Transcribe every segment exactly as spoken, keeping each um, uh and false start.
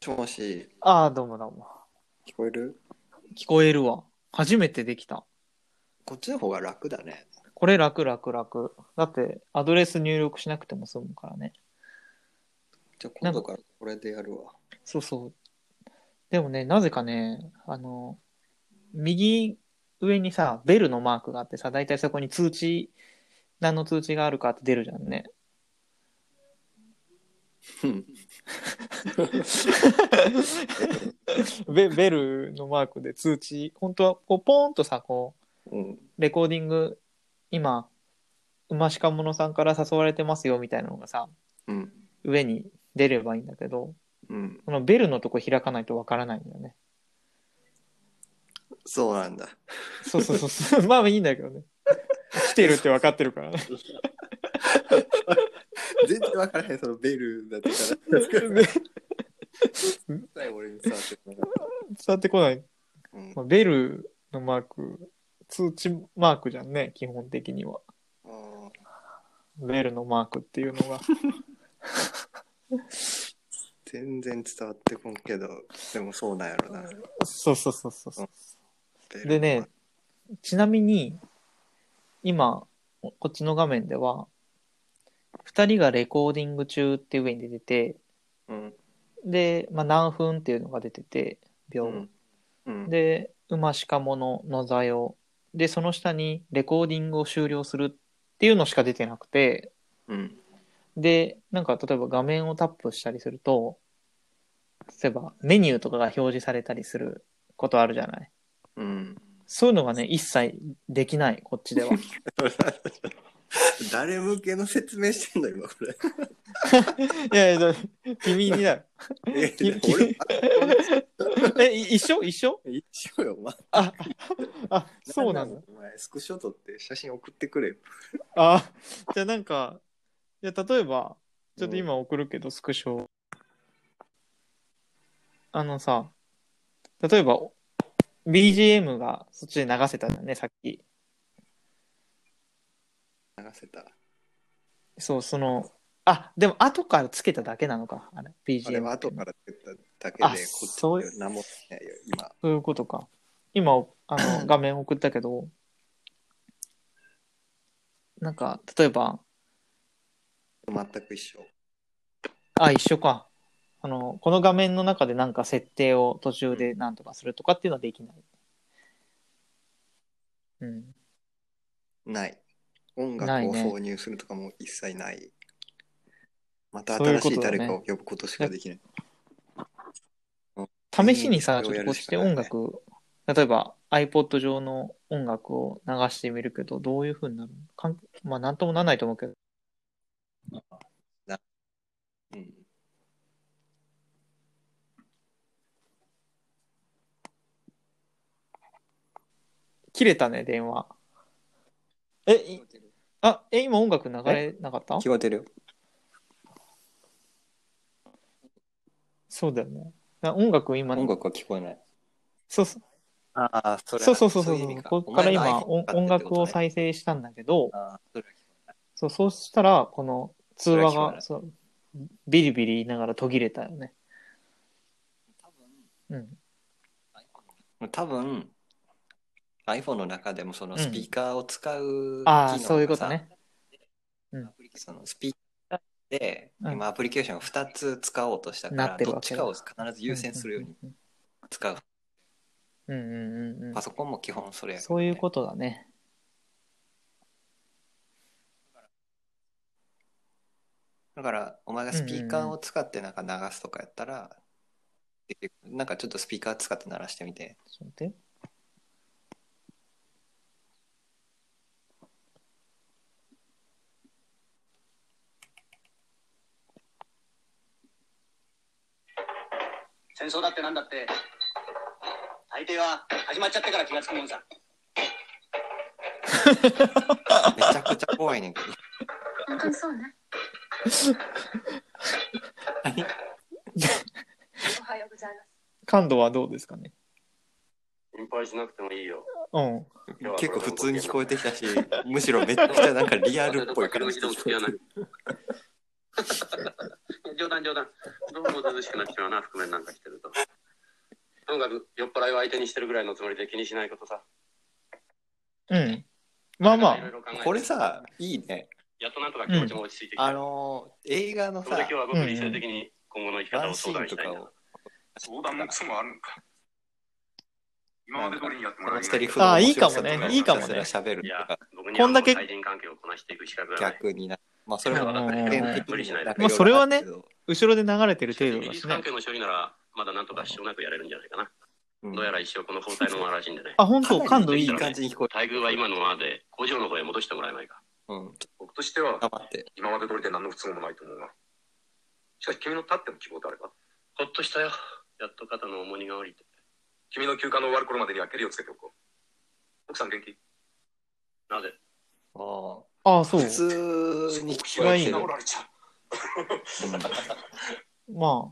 しもし、 ああ、どうもどうも。 聞こえる？ 聞こえるわ。初めてできた。 こっちの方が楽だね。 これ楽楽楽。だって、アドレス入力しなくても済むからね。 じゃあなんか、 今度からこれでやるわ。 そうそう。でもね、なぜかね、あの、右上にさ、ベルのマークがあってさ、だいたいそこに通知、何の通知があるかって出るじゃんね。ベベルのマークで通知、本当はこうポーンとさ、こうん。 う、レコーディング、今、馬鹿者さんから誘われてますよみたいなのがさ、 うん。 上に出ればいいんだけど、 うん。 このベルのとこ開かないとわからないんだよね。 そうなんだ。 そうそうそうそう。まあいいんだけどね。来てるって分かってるからね。 全然分からへん、そのベルだとかでら。俺に触ってこなかっ伝わってこない。 た。うん。 まあ、ベルのマーク、通知マークじゃんね、基本的には。 あーベルのマークっていうのが。 全然伝わってこんけど、でもそうなんやろな。 そうそうそうそうそう。 ベルでね、ちなみに、今、こっちの画面では、ふたりがレコーディング中って上に出てて、 うん。 で、まあ、何分っていうのが出てて、秒。 うん。うん。 で、馬しかものの座用。で、その下にレコーディングを終了するっていうのしか出てなくて、 うん。 で、なんか例えば画面をタップしたりすると、例えばメニューとかが表示されたりすることあるじゃない。 うん。 そういうのがね、一切できない、こっちでは。 誰向けの説明してんの今これ。 いやいや、君にだよ。 え、 き俺え、一緒一緒一緒よ、まあ、あ、そうなんだ。 お前スクショ撮って写真送ってくれよ。 あ、じゃあなんか、いや、例えば、ちょっと今送るけど、スクショ。あのさ、例えば、ビージーエム がそっちで流せたんだね、さっき。 流せた。 そう、その、あ、でも後からつけただけなのか、あれ、 あビージーエムれはっていうの。 後から作っただけあ、 で、こっちそう、 で何もないよ、今。 そういうことか。今、あの、画面送ったけど、なんか、例えば、 全く一緒。 あ、一緒か。あの、この画面の中でなんか設定を途中でなんとかするとかっていうのはできない。うん。 ない。音楽をないね。 挿入するとかも一切ない。またそういう新しいことだね。 誰かを呼ぶことしかできない。 試しにさ、ちょっとをやるこっちでしかないね。 音楽、例えば iPod 上の音楽を流してみるけど、どういう風になるのかんまあ、なんともならないと思うけど。 なうん。 切れたね、電話。え、いあ、え、今音楽流えれなかった？ 聞こえてるよ。 そうだよね。な音楽今、 音楽は聞こえない。 そうそう、 ああ、それそうそうそうそうそう、 そういう意味か。 ここお前のから今 iPhone 音使って音楽をってことね。 再生したんだけど、 ああ、それは聞こえない。 そう、そうしたら、この通それは聞こえない。 話がそうビリビリ言いながら途切れたよね。うん。 多分、iPhone の中でもそのスピーうん。 カーを使うああ、 機そういう能がさ、 ことね。うん。 そのスピーカーでうん。 今アプリケーションをふたつ使おうとしたかなっら、どってるわけだ。 ちかを必ず優うん先するようにうんうん使う。 うんうんうんうん。 パソコンも基本それやけどね。 そういうことだね。 だからお前がうんスピーカーうんうん。 を使ってなんか流すとかやったら、なんかちょっとスピーカー使って鳴らしてみて。 ちょっと待って。 戦争だってなんだって大抵は始まっちゃってから気がつくもんさ。 めちゃくちゃ怖いねんけど。 本当にそうね。おはようございます。 感度はどうですかね。 心配しなくてもいいよ。 うん。 結構普通に聞こえてきたし、むしろめっちゃなんかリアルっぽい感じで聞こえてる。 冗談談冗談。どうも涼しくなってしまうな、覆面なんかしてると。とにかく酔っ払いを相手にしてるぐらいのつもりで気にしないことさ。 うん。まあまあ。 これさ、いいね。 やっとなんとか気持ちも落ち着いてきた。 あのー、映画のさ、 それで今日は僕に理性的に今後の生き方を相談したいんだ。 相談もクソもあるのか。今まで通りにやってもらえセリフああ、いいかもね。いいかもね。 喋るいや、僕にこんだけ対人関係をこなしていく資格がない。 逆にな。まあ、それはうん無理しないで。 まあ、それはね、後ろで流れてる程度だしね事実関。係の処理なら、まだなんとか支障なくやれるんじゃないかな。 うんどうやら一生この包帯のままらしいんでね。 あ、本当感度いい。 いい感じに聞こえ待遇は今のままで工場の方へ戻してもらえないか。 る。うん。 僕としては頑張って。 今まで通りで何の不都合もないと思うが。しかし君の立っての希望ってあれば。 ほっとしたよ。やっと肩の重荷が下りて。 君の休暇の終わる頃までにはケリをつけておこう。奥さん元気？ なぜ？ あああ、そう。 普通に聞こがいいねえてる。 治られちゃう。 ま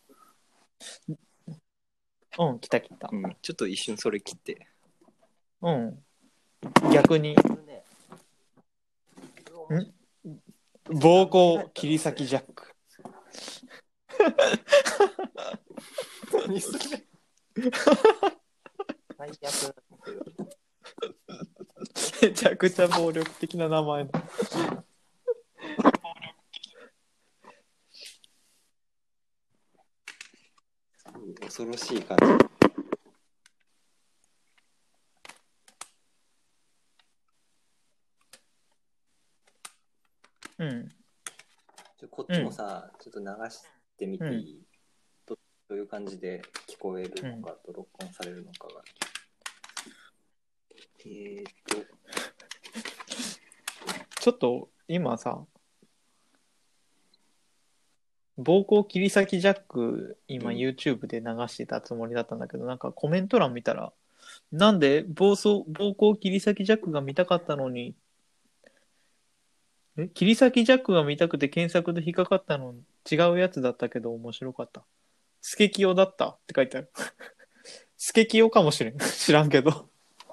あ。うん、来た来た。 うん。ちょっと一瞬それ切って。 うん。逆に。ん暴行切り裂きジャック。 何それ最悪。 めちゃくちゃ暴力的な名前だ。 恐ろしい感じ。 うん。 ちょこっちもさ、うん、ちょっと流してみていい、うん、ど, どういう感じで聞こえるのかと、うん、録音されるのかが。えーっと。 ちょっと今さ、暴行切り裂きジャック今 YouTube で流してたつもりだったんだけど、うん、なんかコメント欄見たら、なんで暴走暴行切り裂きジャックが見たかったのに、え切り裂きジャックが見たくて検索で引っかかったの違うやつだったけど面白かった。スケキヨだったって書いてある。スケキヨかもしれん。知らんけど。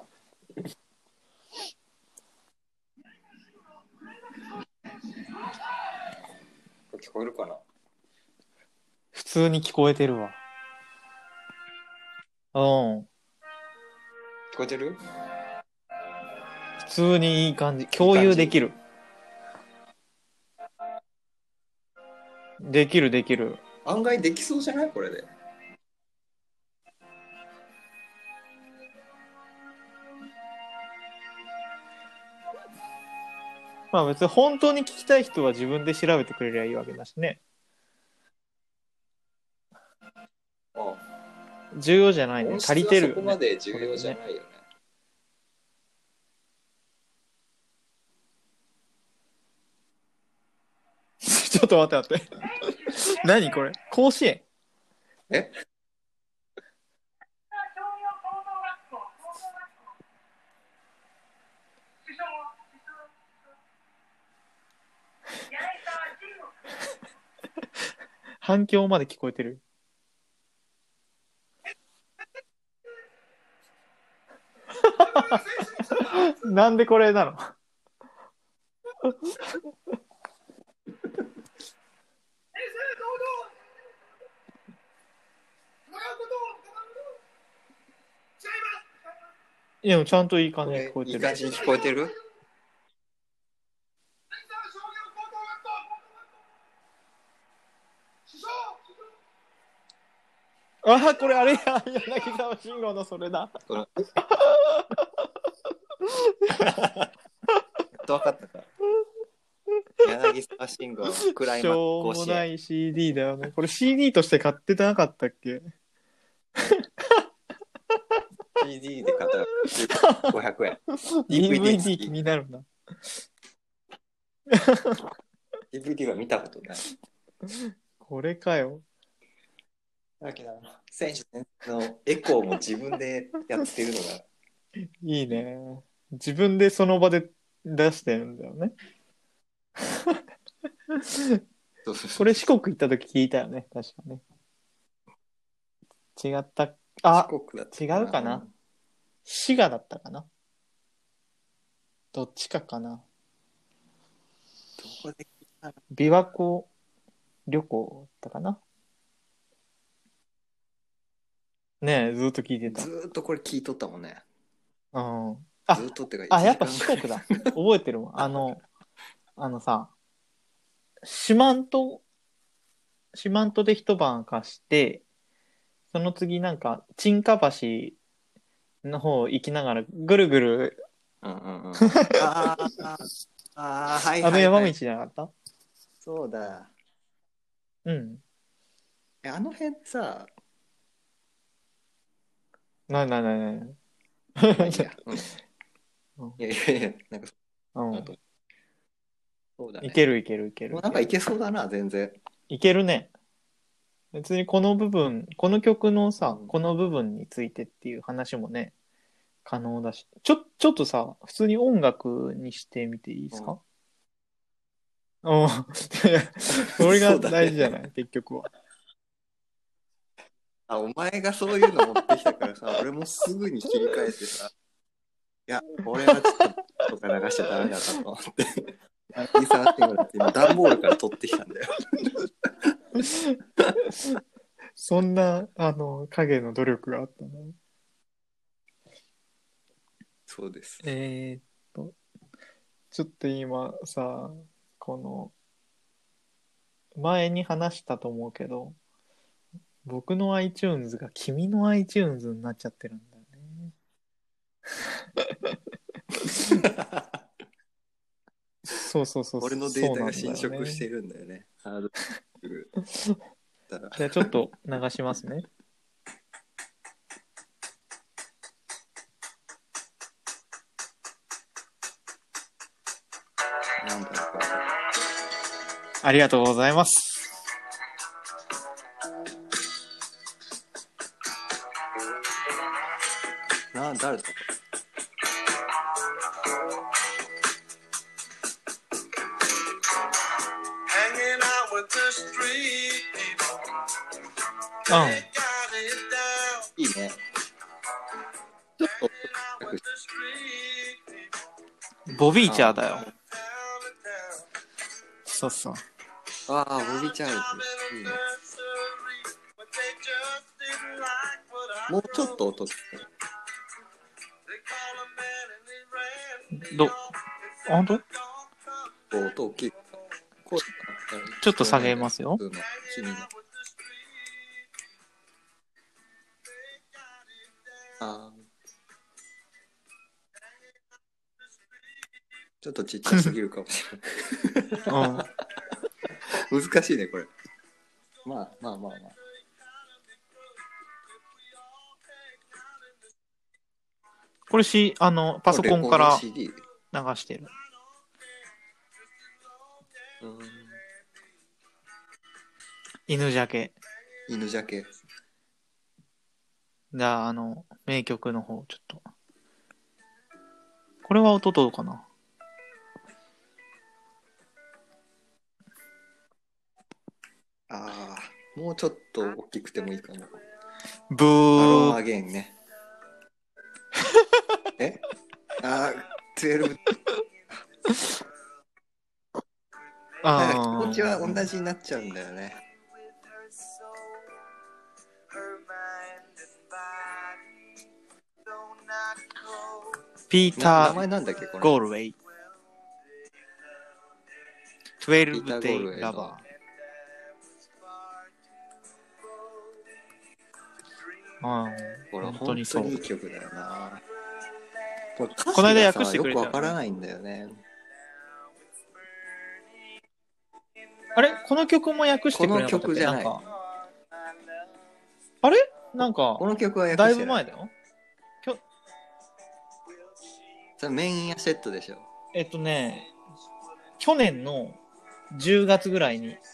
聞こえるかな？ 普通に聞こえてるわ。うん。 聞こえてる？ 普通にいい感じ。共有できる。できるできる。 案外できそうじゃないこれで。 まあ別に本当に聞きたい人は自分で調べてくれりゃいいわけだしね。 ああ重要じゃないね。足りてるよね。 そこまで重要じゃないよね。 ちょっと待って待って。何これ？甲子園？ え？ 反響まで聞こえてる。なんでこれなの？いや、ちゃんといい感じに聞こえてる。 いい感じに聞こえてる？ あ、これあれや、柳沢慎吾のそれだ。 これ分かったか。柳沢慎吾クライマックス甲子園。 しょうもない シーディー だよね。これ シーディー として買ってなかったっけ？ シーディー で買ったらごひゃくえん。 ディーブイディー 気になるな。 ディーブイディー は見たことない。 これかよ。 だけど選手のエコーも自分でやってるのがいいね。自分でその場で出してるんだよね。これ四国行った時聞いたよね、確かね。違った。あ、違うかな。滋賀だったかな。どっちかかな。 どこで琵琶湖。 旅行だったかな。ねえ、ずっと聞いてた。 ずーっとこれ聞いとったもんね。 うん。あずーっとってかあ、やっいちじかんぱ四国だ。覚えてるわ。あの、あのさ、四万十、四万十で一晩貸して、その次なんか、沈下橋の方行きながら、ぐるぐる、 うんうんうん。あーあー、あーはいはい、はい。 あの山道じゃなかった？ そうだ。 うん。 え、あの辺さ、 なになになになにまあいいや。うん、 うんいやいやいや、なんかうんあとそうだね。 いけるいけるいける。 もうなんかいけそうだな、全然。 いけるね。別にこの部分、この曲のさ、 うんこの部分についてっていう話もね、可能だし。ちょ、ちょっとさ、普通に音楽にしてみていいですか？うん。いやそれが大事じゃない、結局は。 あ、お前がそういうの持ってきたからさ、俺もすぐに切り替えてさ、いや、俺はちょっととか流しちゃダメだなと思って、あいい触ってもらって、今段ボールから取ってきたんだよ。 そんな、あの、影の努力があったの。 そうです。 えー、っと、ちょっと今さ、この、前に話したと思うけど、僕の iTunes が君の iTunes になっちゃってるんだよね。そうそうそう。 俺のデータが侵そうなんだよね食してるんだよね。ハードルだからじゃあちょっと流しますね。 なんだろうこれ。 ありがとうございます。 な、誰だこれ。 うん。 いいね。ちょっと、 ボビーチャーだよ。そうそう。 ああ、ボビーチャールズ。いいね。もうちょっと音つけて。 ど、あ、ほんと？ 音大きい。こうちょっと下げますよ。 普通の君の。あーちょっとちっちゃすぎるかもしれない。 うん。 難しいね、これ。まあまあまあまあ。 これし、あの、パソコンからレコード シーディー流してる。 うん犬ジャケ。 犬ジャケ。 じゃあ、あの、名曲の方、ちょっと。これは音どうかな？ ああ、もうちょっと大きくてもいいかも。 ブアロンー。 アゲインね。えああ、じゅうに。なんか気持ちは同じになっちゃうんだよね。 ピーなター・名前なんだっけこれ。 ゴールウェイ。 ピーター twelve ゴールウェ day イの lover。うん、 これ本当本当にそう。 にいい曲だよな。これ歌詞この間がさ訳してくれたよくわからないんだよね。 あれこの曲も訳してくれなかったっけ？ この曲じゃないんかあれなんかこの曲は訳だいしてない。 ぶ前だよ。きょそれメインアセットでしょ。 えっとね、去年のじゅうがつぐらいに。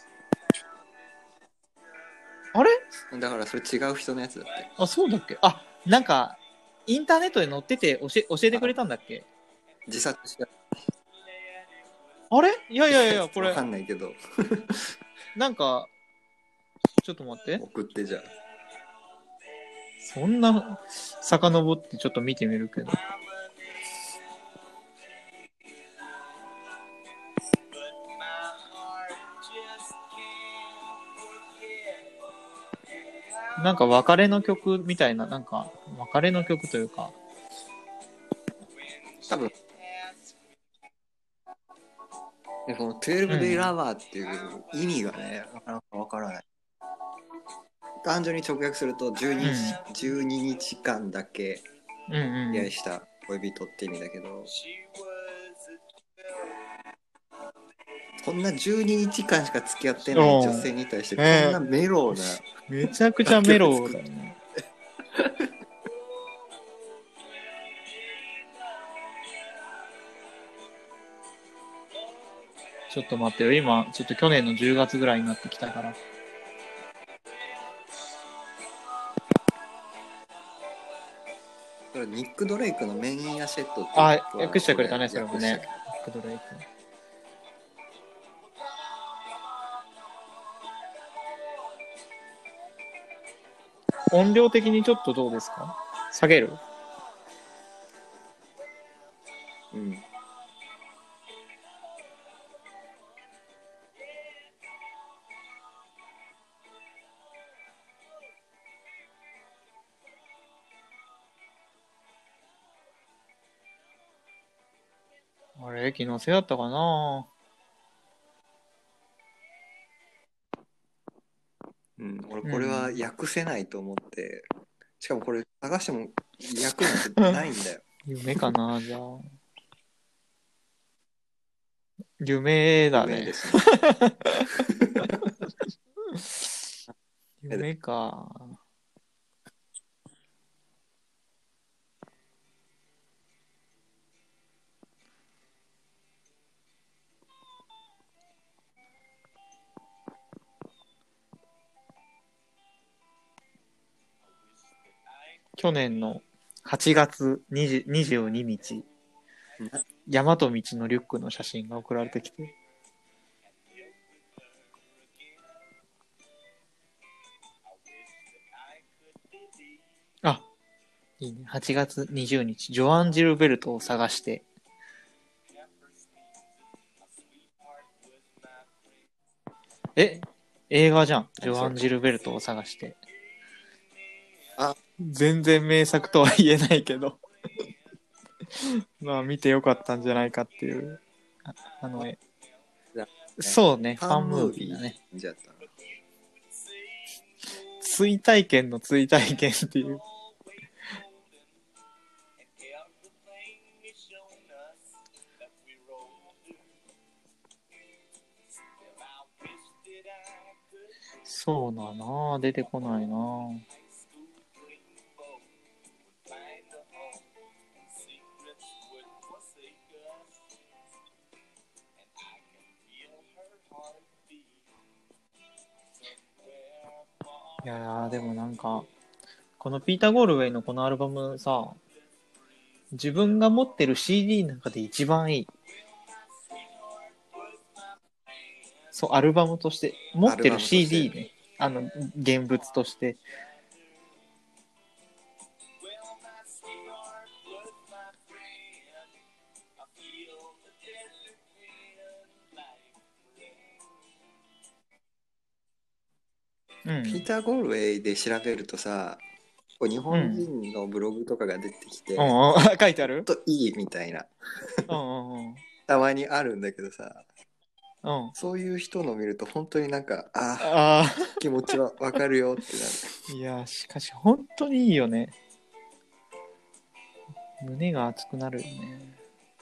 あれだからそれ違う人のやつだって。 あ、そうだっけ？あ、なんかインターネットで載ってて教え教えてくれたんだっけ？ 自殺した。 あれいやいやいや、これわかんないけど。 なんかちょっと待って。 送ってじゃあ。 そんな遡ってちょっと見てみるけど。 なんか別れの曲みたいな、なんか別れの曲というか、 多分でこのじゅうに Day Lover っていう意味がね、なかなかわからない。単純に直訳するとじゅうににち、 うんじゅうににちかんだけうんうん出会いした恋人って意味だけど、こんなじゅうににちかんしか付き合ってない女性に対してこんなメローな、 めちゃくちゃメローだよね。ちょっと待ってよ、今、ちょっと去年のじゅうがつぐらいになってきたから。 これニック・ドレイクのメインアシェットってあいう、 訳してくれたね、それもね。 訳したニックドレイク音量的にちょっとどうですか？下げる？ うん。 あれ気のせいだったかな。 うん、俺これは訳せないと思って、うん、しかもこれ探しても訳なんてないんだよ。 夢かな、じゃあ。夢だね。 夢ですね。 夢か。去年のはちがつにじゅう、にじゅうににち、山と道のリュックの写真が送られてきて。あ、いいね。はちがつにじゅうにち、ジョアン・ジルベルトを探して。え、映画じゃん。ジョアン・ジルベルトを探して。 あ、 全然名作とは言えないけど。まあ見てよかったんじゃないかっていう。あ、あの絵。そうね、ファンムービーだね。 じゃったな。 追体験の追体験っていう。そうだな、出てこないな。いやーでもなんかこのピーター・ゴールウェイのこのアルバムさ、自分が持ってる シーディー の中で一番いい。そう、アルバムとして持ってる シーディー ね、あの現物として。うん、 ピーター・ゴールウェイで調べるとさ、こう日本人のブログとかが出てきて、 うんうんうん、書いてある？ ちょっといいみたいなうんうんうん、 たまにあるんだけどさ、 うん、 そういう人の見ると本当になんか、あああ気持ちはわかるよってなる。いやしかし本当にいいよね。胸が熱くなるよね。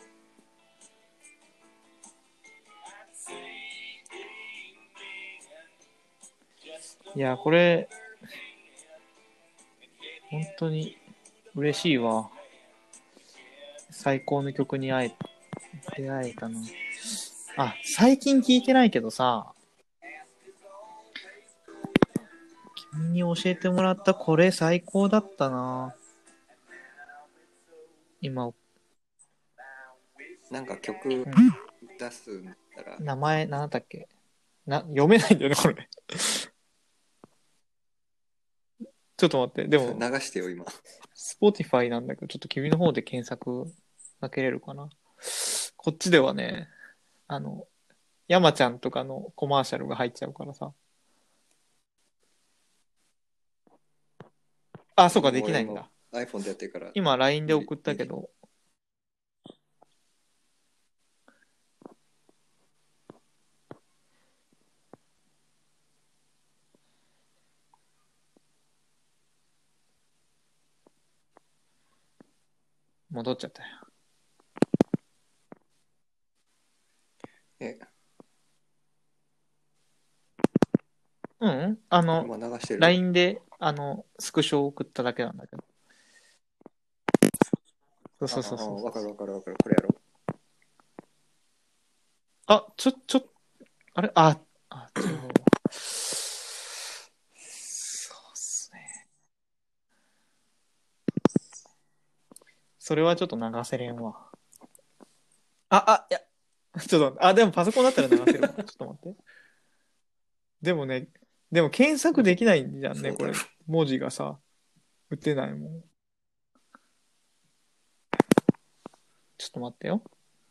いやこれ本当に嬉しいわ。最高の曲に会え出会えたな。あ、最近聞いてないけどさ、君に教えてもらったこれ最高だったな。今なんか曲出すんだったら、 名前何だったっけな、読めないんだよねこれ。ちょっと待って、でも流してよ今。 Spotify なんだけど、ちょっと君の方で検索かけれるかな。こっちではね、あの山ちゃんとかのコマーシャルが入っちゃうからさ。 あ、そうか、できないんだ。 俺も iPhone でやってるから。 今 ライン で送ったけど。戻っちゃったよ。 え、 うん、あの、 今流してる。 ライン で、あの、スクショを送っただけなんだけど。そうそうそうそう。 わかるわかるわかる。これやろ。 あ、ちょ、ちょ、あれあ、あ、違うわ。そうっすね。それはちょっと流せれんわ。あ、あ、いや、ちょっと、あ、でもパソコンだったら流せるわ。ちょっと待って。でもね、でも検索できないんじゃんね、これ。文字がさ、打てないもん。ちょっと待ってよ。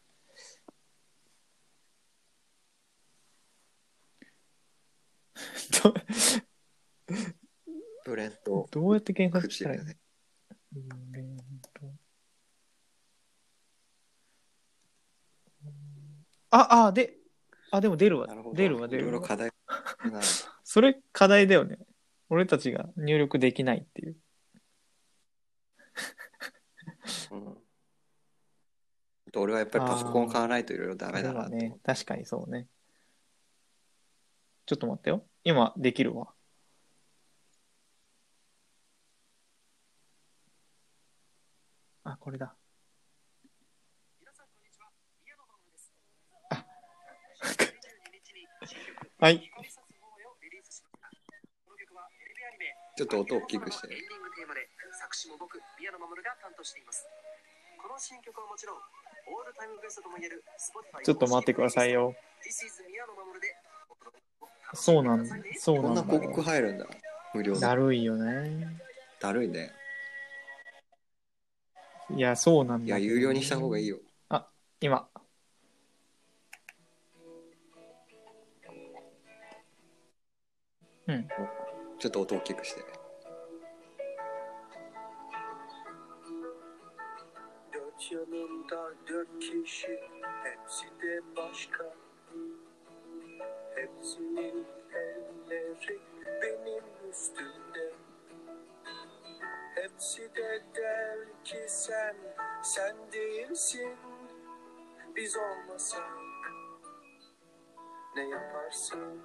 どブレント。 どうやって検索したらいいの？ ね。 ブレント。あ、あ、で、あ、でも出るわ。 なるほど。 出るわ、出いろいるわ。 ろ課題。 それ課題だよね。俺たちが入力できないっていう。 うん。俺はやっぱりパソコン買わないといろいろダメだなと思って。 ね。確かにそうね。ちょっと待ってよ。今できるわ。あ、これだ。あはい。 ちょっと音を大きくして。 エンディングテーマで作詞も僕、宮野真守が担当しています。この新曲はもちろん、オールタイムベストとも言える Spotify。 ちょっと待ってくださいよ。そうなんだ。そうなんだ。 こんな広告入るんだ。無料で。 だるいよね。 だるいね。 いや、そうなんだ。 いや、有料にした方がいいよ。 あ、今。うん。 ちょっと音を大きくして。 Yanımda dört kişi, hepsi de başka. Hepsinin elleri benim üstümde. Hepsi de der ki sen, sen değilsin. Biz olmasak ne yaparsın?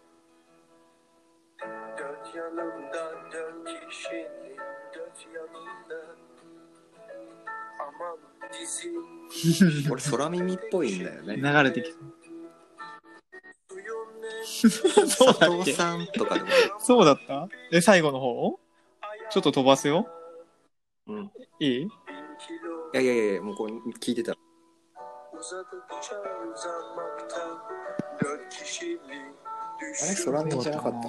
Dört yanımda dört kişinin dört yanında. Aman dizi. 俺空耳っぽいんだよね。 流れてきた。 そうだっけ？佐藤さんとかでも。 そうだった？え、最後の方？ちょっと飛ばすよ。 うん。 いい？ いやいやいや、もうこれ聞いてた。あれ空耳じゃなかった？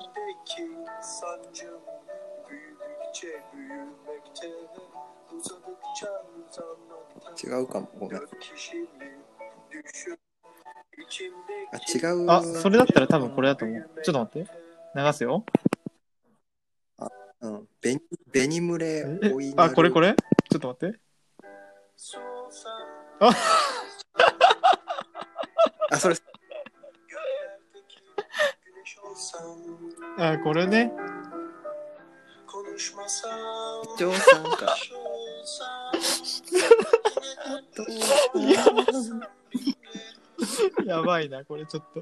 違うかも、ごめん。あ、違う。 あ、それだったら多分これだと思う。ちょっと待って。流すよ。 あ、うん。ベニ、ベニムレおいあ、これこれちょっと待って。ああ、それ。 あ、これね。 一応さんか。 やばいな、これちょっと。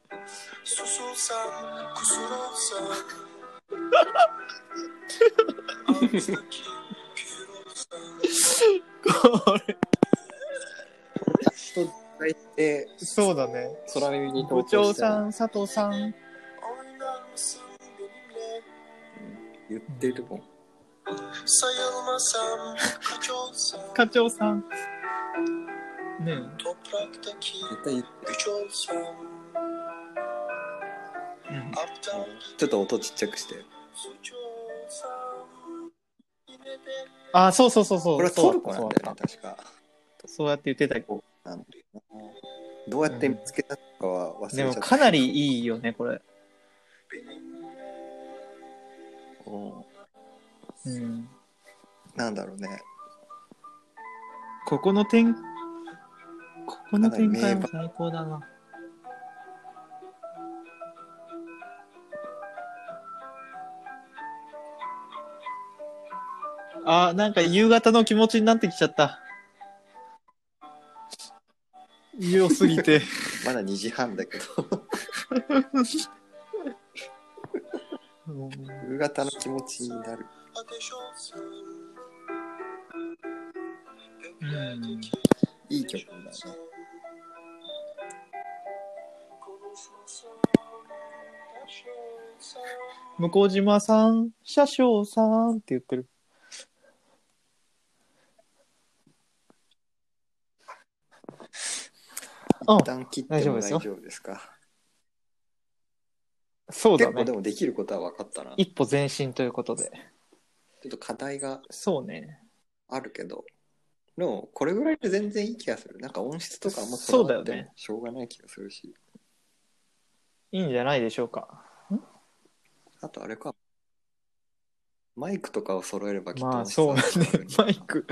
これ。そうだね。 空耳に部長さん、佐藤さん。 言ってるもん。 課長さん。ねえ。 絶対言ってる。 うん、 ちょっと音ちっちゃくして。 あ、そうそうそうそう。 これはトルコなんだよね、確か。 そうやって言ってたけど。どうやって見つけたかは忘れちゃった。 でもかなりいいよね、これ。 うん、 うん。 なんだろうね。 ここの展、ここの展開もか最高だな。あ、なんか夕方の気持ちになってきちゃった。良すぎて。 まだにじはんだけど。夕方の気持ちになる。 うん、 いい曲だね。 向島さん、車掌さんって言ってる。うん一旦切っても大丈夫ですか。 そうだね。 結構でもできることは分かったな。 一歩前進ということで。 ちょっと課題がそうね。 あるけど、でもこれぐらいで全然いい気がする。なんか音質とかあんまそうだよね。 しょうがない気がするし。 いいんじゃないでしょうか。 あとあれか。マイクとかを揃えればきっとまあ音質そうだねは上がる。 マイク。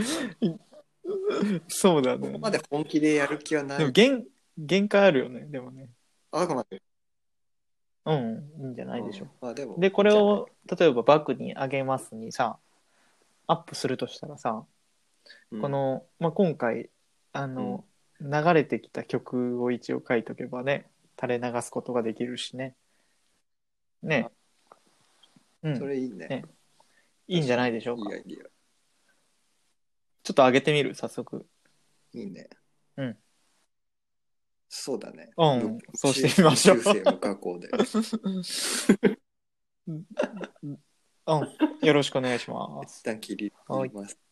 そうだここね。 まで本気でやる気はない。 でも限、限界あるよね。でもね。 あくまで。 うん。いいんじゃないでしょう。 うんまあ、でもで、これを、例えばバックに上げますにさ、アップするとしたらさ、 うんこの、まあ、今回、あの、流れてきた曲を一応書いとけばね、垂れ流すことができるしね。ね。うん。 それいいね。 ねいいんじゃないでしょうか。 いいアイディア。 ちょっと上げてみる、早速。 いいね。 うん。 そうだね。 うんむそうしてみましょう修正無加工で。 うん。よろしくお願いします。 一旦切りはいます。